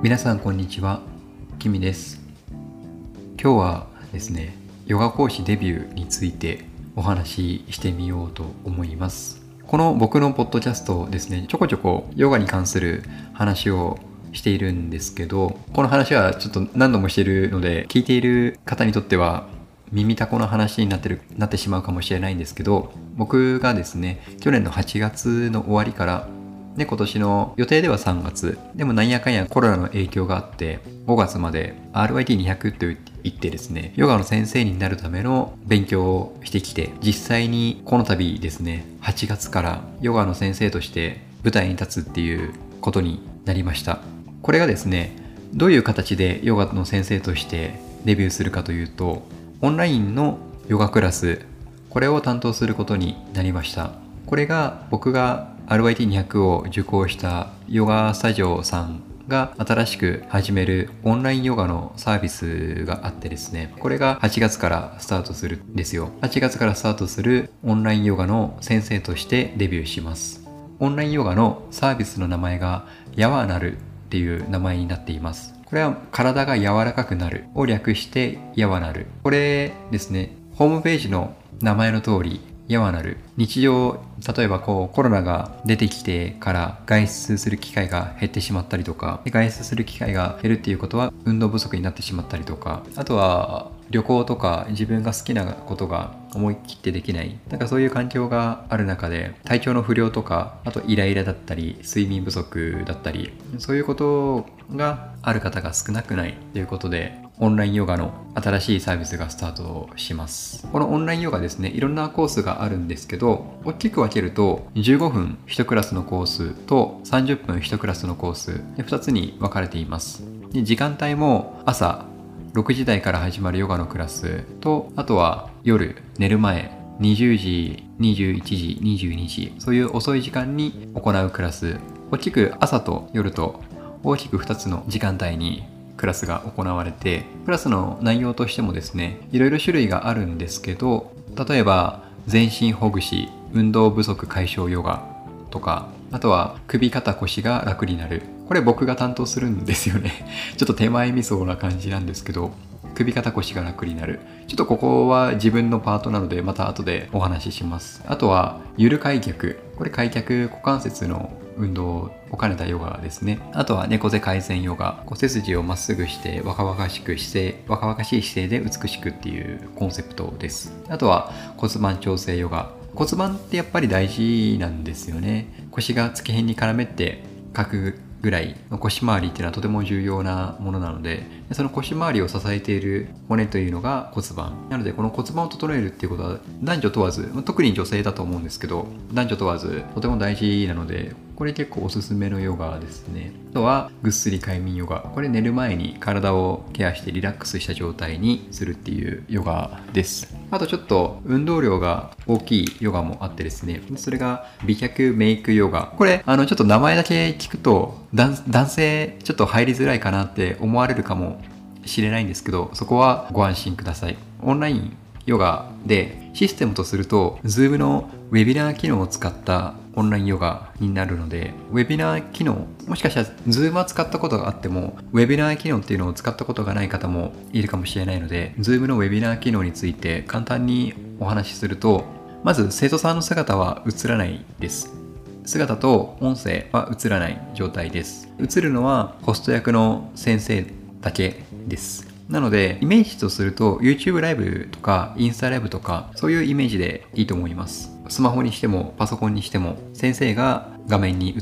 皆さんこんにちは、キミです。今日はですね、ヨガ講師デビューについてお話ししてみようと思います。この僕のポッドキャストですね、ちょこちょこヨガに関する話をしているんですけど、この話はちょっと何度もしているので、聞いている方にとっては耳たこの話になってしまうかもしれないんですけど、僕がですね、去年の8月の終わりからで、今年の予定では3月。でもなんやかんやコロナの影響があって、5月まで RYT200 と言ってですね、ヨガの先生になるための勉強をしてきて、実際にこの度ですね、8月からヨガの先生として舞台に立つっていうことになりました。これがですね、どういう形でヨガの先生としてデビューするかというと、オンラインのヨガクラス、これを担当することになりました。これが僕がRYT200 を受講したヨガスタジオさんが新しく始めるオンラインヨガのサービスがあってですね、これが8月からスタートするんですよ。8月からスタートするオンラインヨガの先生としてデビューします。オンラインヨガのサービスの名前がヤワナルっていう名前になっています。これは体が柔らかくなるを略してヤワナル。これですね、ホームページの名前の通りヤワナル、日常、例えばコロナが出てきてから外出する機会が減ってしまったりとか、外出する機会が減るっていうことは運動不足になってしまったりとか、あとは旅行とか自分が好きなことが思い切ってできない、そういう環境がある中で体調の不良とか、あとイライラだったり睡眠不足だったり、そういうことがある方が少なくないということで、オンラインヨガの新しいサービスがスタートします。このオンラインヨガですね、いろんなコースがあるんですけど、大きく分けると15分1クラスのコースと30分1クラスのコースで2つに分かれています。で、時間帯も朝6時台から始まるヨガのクラスと、あとは夜寝る前20時、21時、22時、そういう遅い時間に行うクラス、大きく朝と夜と大きく2つの時間帯にクラスが行われて、クラスの内容としてもですね、いろいろ種類があるんですけど、例えば全身ほぐし、運動不足解消ヨガとか、あとは首肩腰が楽になる、これ僕が担当するんですよねちょっと手前味噌な感じなんですけど、首肩腰が楽になる、ちょっとここは自分のパートなのでまた後でお話しします。あとはゆる開脚、これ開脚股関節の運動を兼ねたヨガですね。あとは猫背改善ヨガ、背筋をまっすぐして若々しい姿勢で美しくっていうコンセプトです。あとは骨盤調整ヨガ、骨盤ってやっぱり大事なんですよね。腰が付け辺に絡めてかくぐらいの腰回りっていうのはとても重要なものなので、その腰回りを支えている骨というのが骨盤なので、この骨盤を整えるっていうことは男女問わず、特に女性だと思うんですけど、男女問わずとても大事なので、これ結構おすすめのヨガですね。あとはぐっすり快眠ヨガ、これ寝る前に体をケアしてリラックスした状態にするっていうヨガです。あとちょっと運動量が大きいヨガもあってですね、それが美脚メイクヨガ、これちょっと名前だけ聞くと男性ちょっと入りづらいかなって思われるかもしれないんですけど、そこはご安心ください。オンラインヨガでシステムとすると Zoom のウェビナー機能を使ったオンラインヨガになるので、ウェビナー機能、もしかしたら Zoom は使ったことがあってもウェビナー機能っていうのを使ったことがない方もいるかもしれないので、 Zoom のウェビナー機能について簡単にお話しすると、まず生徒さんの姿は映らないです。姿と音声は映らない状態です。映るのはホスト役の先生だけです。なのでイメージとすると YouTube ライブとかインスタライブとか、そういうイメージでいいと思います。スマホにしてもパソコンにしても先生が画面に映って、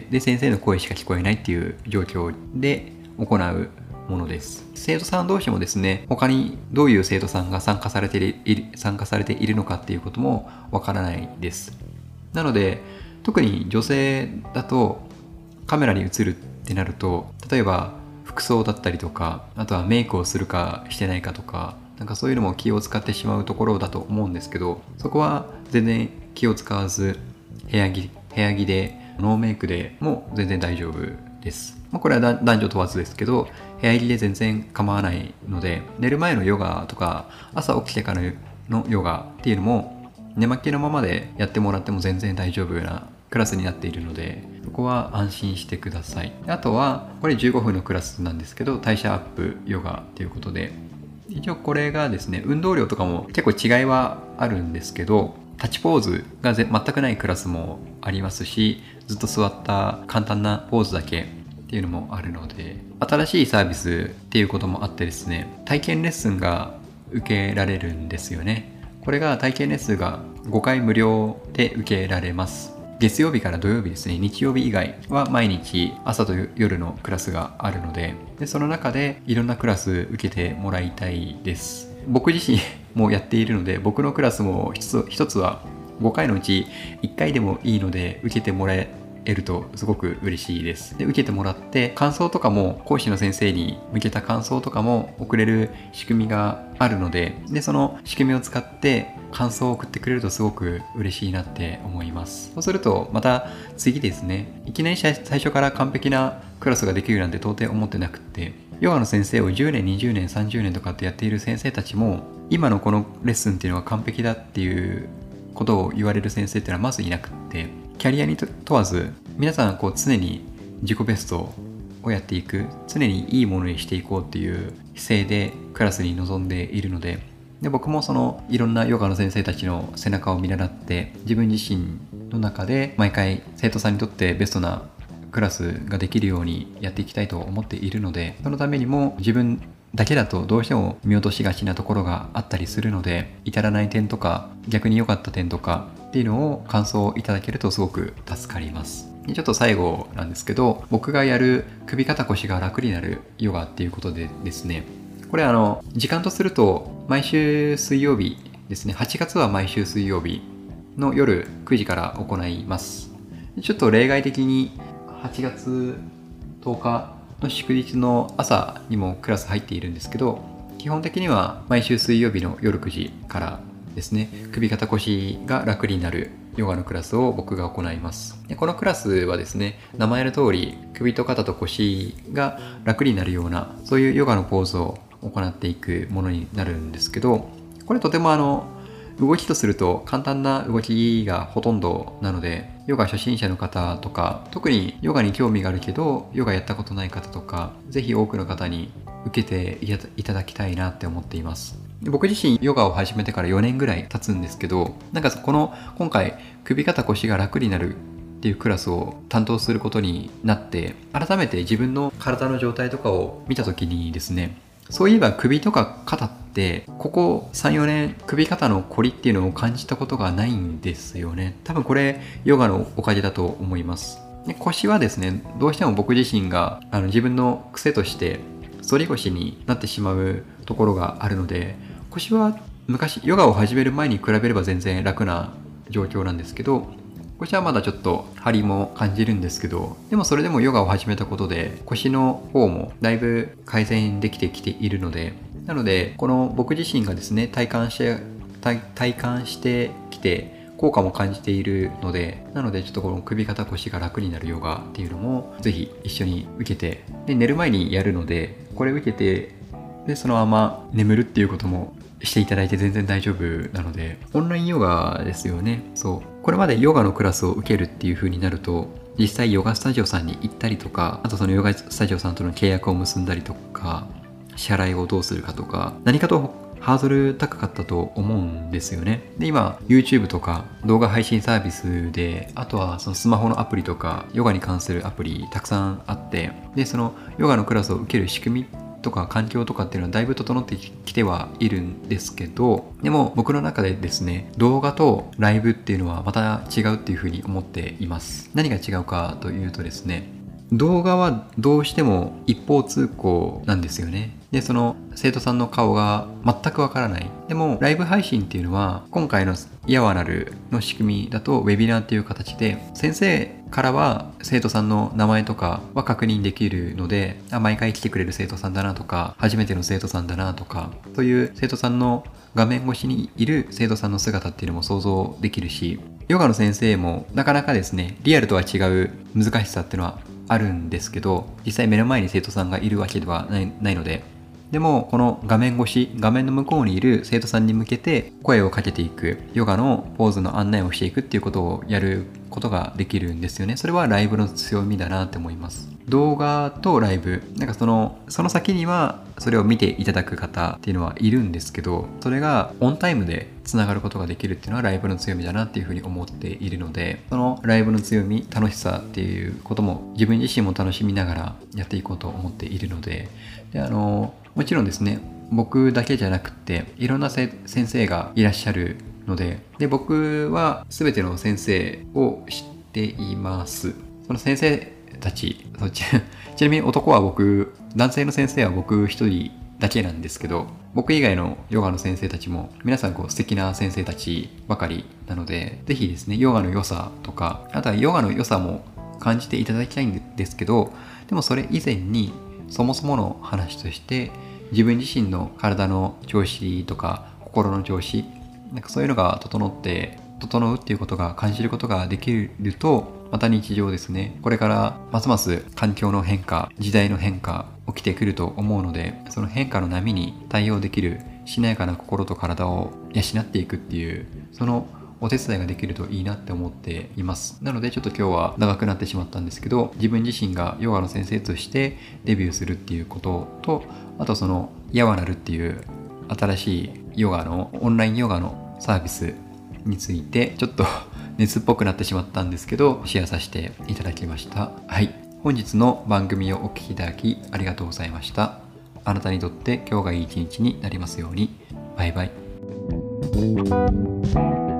で先生の声しか聞こえないっていう状況で行うものです。生徒さん同士もですね、他にどういう生徒さんが参加されているのかっていうこともわからないです。なので特に女性だとカメラに映るってなると、例えば服装だったりとか、あとはメイクをするかしてないかとか、そういうのも気を使ってしまうところだと思うんですけど、そこは全然気を使わず部屋着でノーメイクでも全然大丈夫です。これは男女問わずですけど、部屋着で全然構わないので、寝る前のヨガとか朝起きてからのヨガっていうのも寝巻きのままでやってもらっても全然大丈夫なクラスになっているので、 こは安心してください。あとはこれ15分のクラスなんですけど、代謝アップヨガということで、一応これがですね、運動量とかも結構違いはあるんですけど、立ちポーズが全くないクラスもありますし、ずっと座った簡単なポーズだけっていうのもあるので、新しいサービスっていうこともあってですね、体験レッスンが受けられるんですよね。これが体験レッスンが5回無料で受けられます。月曜日から土曜日ですね、日曜日以外は毎日朝と夜のクラスがあるので、その中でいろんなクラス受けてもらいたいです。僕自身もやっているので、僕のクラスも一つは5回のうち1回でもいいので受けてもらえるとすごく嬉しいです。で、受けてもらって感想とかも、講師の先生に向けた感想とかも送れる仕組みがあるので、その仕組みを使って感想を送ってくれるとすごく嬉しいなって思います。そうするとまた次ですね、いきなり最初から完璧なクラスができるなんて到底思ってなくって、ヨガの先生を10年20年30年とかってやっている先生たちも、今のこのレッスンっていうのが完璧だっていうことを言われる先生っていうのはまずいなくって、キャリアに問わず皆さん常に自己ベストをやっていく、常にいいものにしていこうっていう姿勢でクラスに臨んでいるので、僕もいろんなヨガの先生たちの背中を見習って、自分自身の中で毎回生徒さんにとってベストなクラスができるようにやっていきたいと思っているので、そのためにも自分だけだとどうしても見落としがちなところがあったりするので、至らない点とか逆に良かった点とかっていうのを感想いただけるとすごく助かります。ちょっと最後なんですけど、僕がやる首肩腰が楽になるヨガっていうことでですね、これ時間とすると毎週水曜日ですね、8月は毎週水曜日の夜9時から行います。ちょっと例外的に8月10日の祝日の朝にもクラス入っているんですけど、基本的には毎週水曜日の夜9時からですね、首肩腰が楽になるヨガのクラスを僕が行います。このクラスはですね、名前の通り首と肩と腰が楽になるような、そういうヨガのポーズを行っていくものになるんですけど、これとても動きとすると簡単な動きがほとんどなので、ヨガ初心者の方とか、特にヨガに興味があるけどヨガやったことない方とか、ぜひ多くの方に受けていただきたいなって思っています。僕自身ヨガを始めてから4年ぐらい経つんですけど、今回首肩腰が楽になるっていうクラスを担当することになって、改めて自分の体の状態とかを見た時にですね、そういえば首とか肩ってここ 3,4 年首肩のこりっていうのを感じたことがないんですよね。多分これヨガのおかげだと思います。で、腰はですね、どうしても僕自身が自分の癖として反り腰になってしまうところがあるので、腰は昔ヨガを始める前に比べれば全然楽な状況なんですけど、腰はまだちょっと張りも感じるんですけど、でもそれでもヨガを始めたことで腰の方もだいぶ改善できてきているので、なのでこの僕自身がですね、体感してきて効果も感じているので、なのでちょっとこの首肩腰が楽になるヨガっていうのもぜひ一緒に受けて、で寝る前にやるので、これ受けてでそのまま眠るっていうこともしていただいて全然大丈夫なので、オンラインヨガですよね。これまでヨガのクラスを受けるっていう風になると、実際ヨガスタジオさんに行ったりとか、あとそのヨガスタジオさんとの契約を結んだりとか、支払いをどうするかとか、何かとハードル高かったと思うんですよね。で、今 YouTube とか動画配信サービスで、あとはそのスマホのアプリとかヨガに関するアプリたくさんあって、でそのヨガのクラスを受ける仕組みとか環境とかっていうのはだいぶ整ってきてはいるんですけど、でも僕の中でですね、動画とライブっていうのはまた違うっていうふうに思っています。何が違うかというとですね、動画はどうしても一方通行なんですよね。で、その生徒さんの顔が全くわからない。でもライブ配信っていうのは、今回のイヤワナルの仕組みだとウェビナーっていう形で、先生からは生徒さんの名前とかは確認できるので、毎回来てくれる生徒さんだなとか、初めての生徒さんだなとか、そういう生徒さんの画面越しにいる生徒さんの姿っていうのも想像できるし、ヨガの先生もなかなかですね、リアルとは違う難しさっていうのはあるんですけど、実際目の前に生徒さんがいるわけではないので、でもこの画面越し、画面の向こうにいる生徒さんに向けて声をかけていく、ヨガのポーズの案内をしていくっていうことをやることができるんですよね。それはライブの強みだなって思います。動画とライブ、なんかその先にはそれを見ていただく方っていうのはいるんですけど、それがオンタイムでつながることができるっていうのはライブの強みだなっていうふうに思っているので、そのライブの強み、楽しさっていうことも自分自身も楽しみながらやっていこうと思っているので、もちろんですね、僕だけじゃなくっていろんな先生がいらっしゃるので、僕は全ての先生を知っています。その先生たち、ちなみに男性の先生は僕一人だけなんですけど、僕以外のヨガの先生たちも皆さん素敵な先生たちばかりなので、ぜひですね、ヨガの良さとか、あとはヨガの良さも感じていただきたいんですけど、でもそれ以前にそもそもの話として自分自身の体の調子とか心の調子、なんかそういうのが整うっていうことが感じることができると、また日常ですね、これからますます環境の変化、時代の変化起きてくると思うので、その変化の波に対応できるしなやかな心と体を養っていくっていう、そのお手伝いができるといいなって思っています。なのでちょっと今日は長くなってしまったんですけど、自分自身がヨガの先生としてデビューするっていうことと、あとそのヤワナルっていう新しいオンラインヨガのサービスについてちょっと熱っぽくなってしまったんですけど、シェアさせていただきました。はい。本日の番組をお聞きいただきありがとうございました。あなたにとって今日がいい一日になりますように。バイバイ。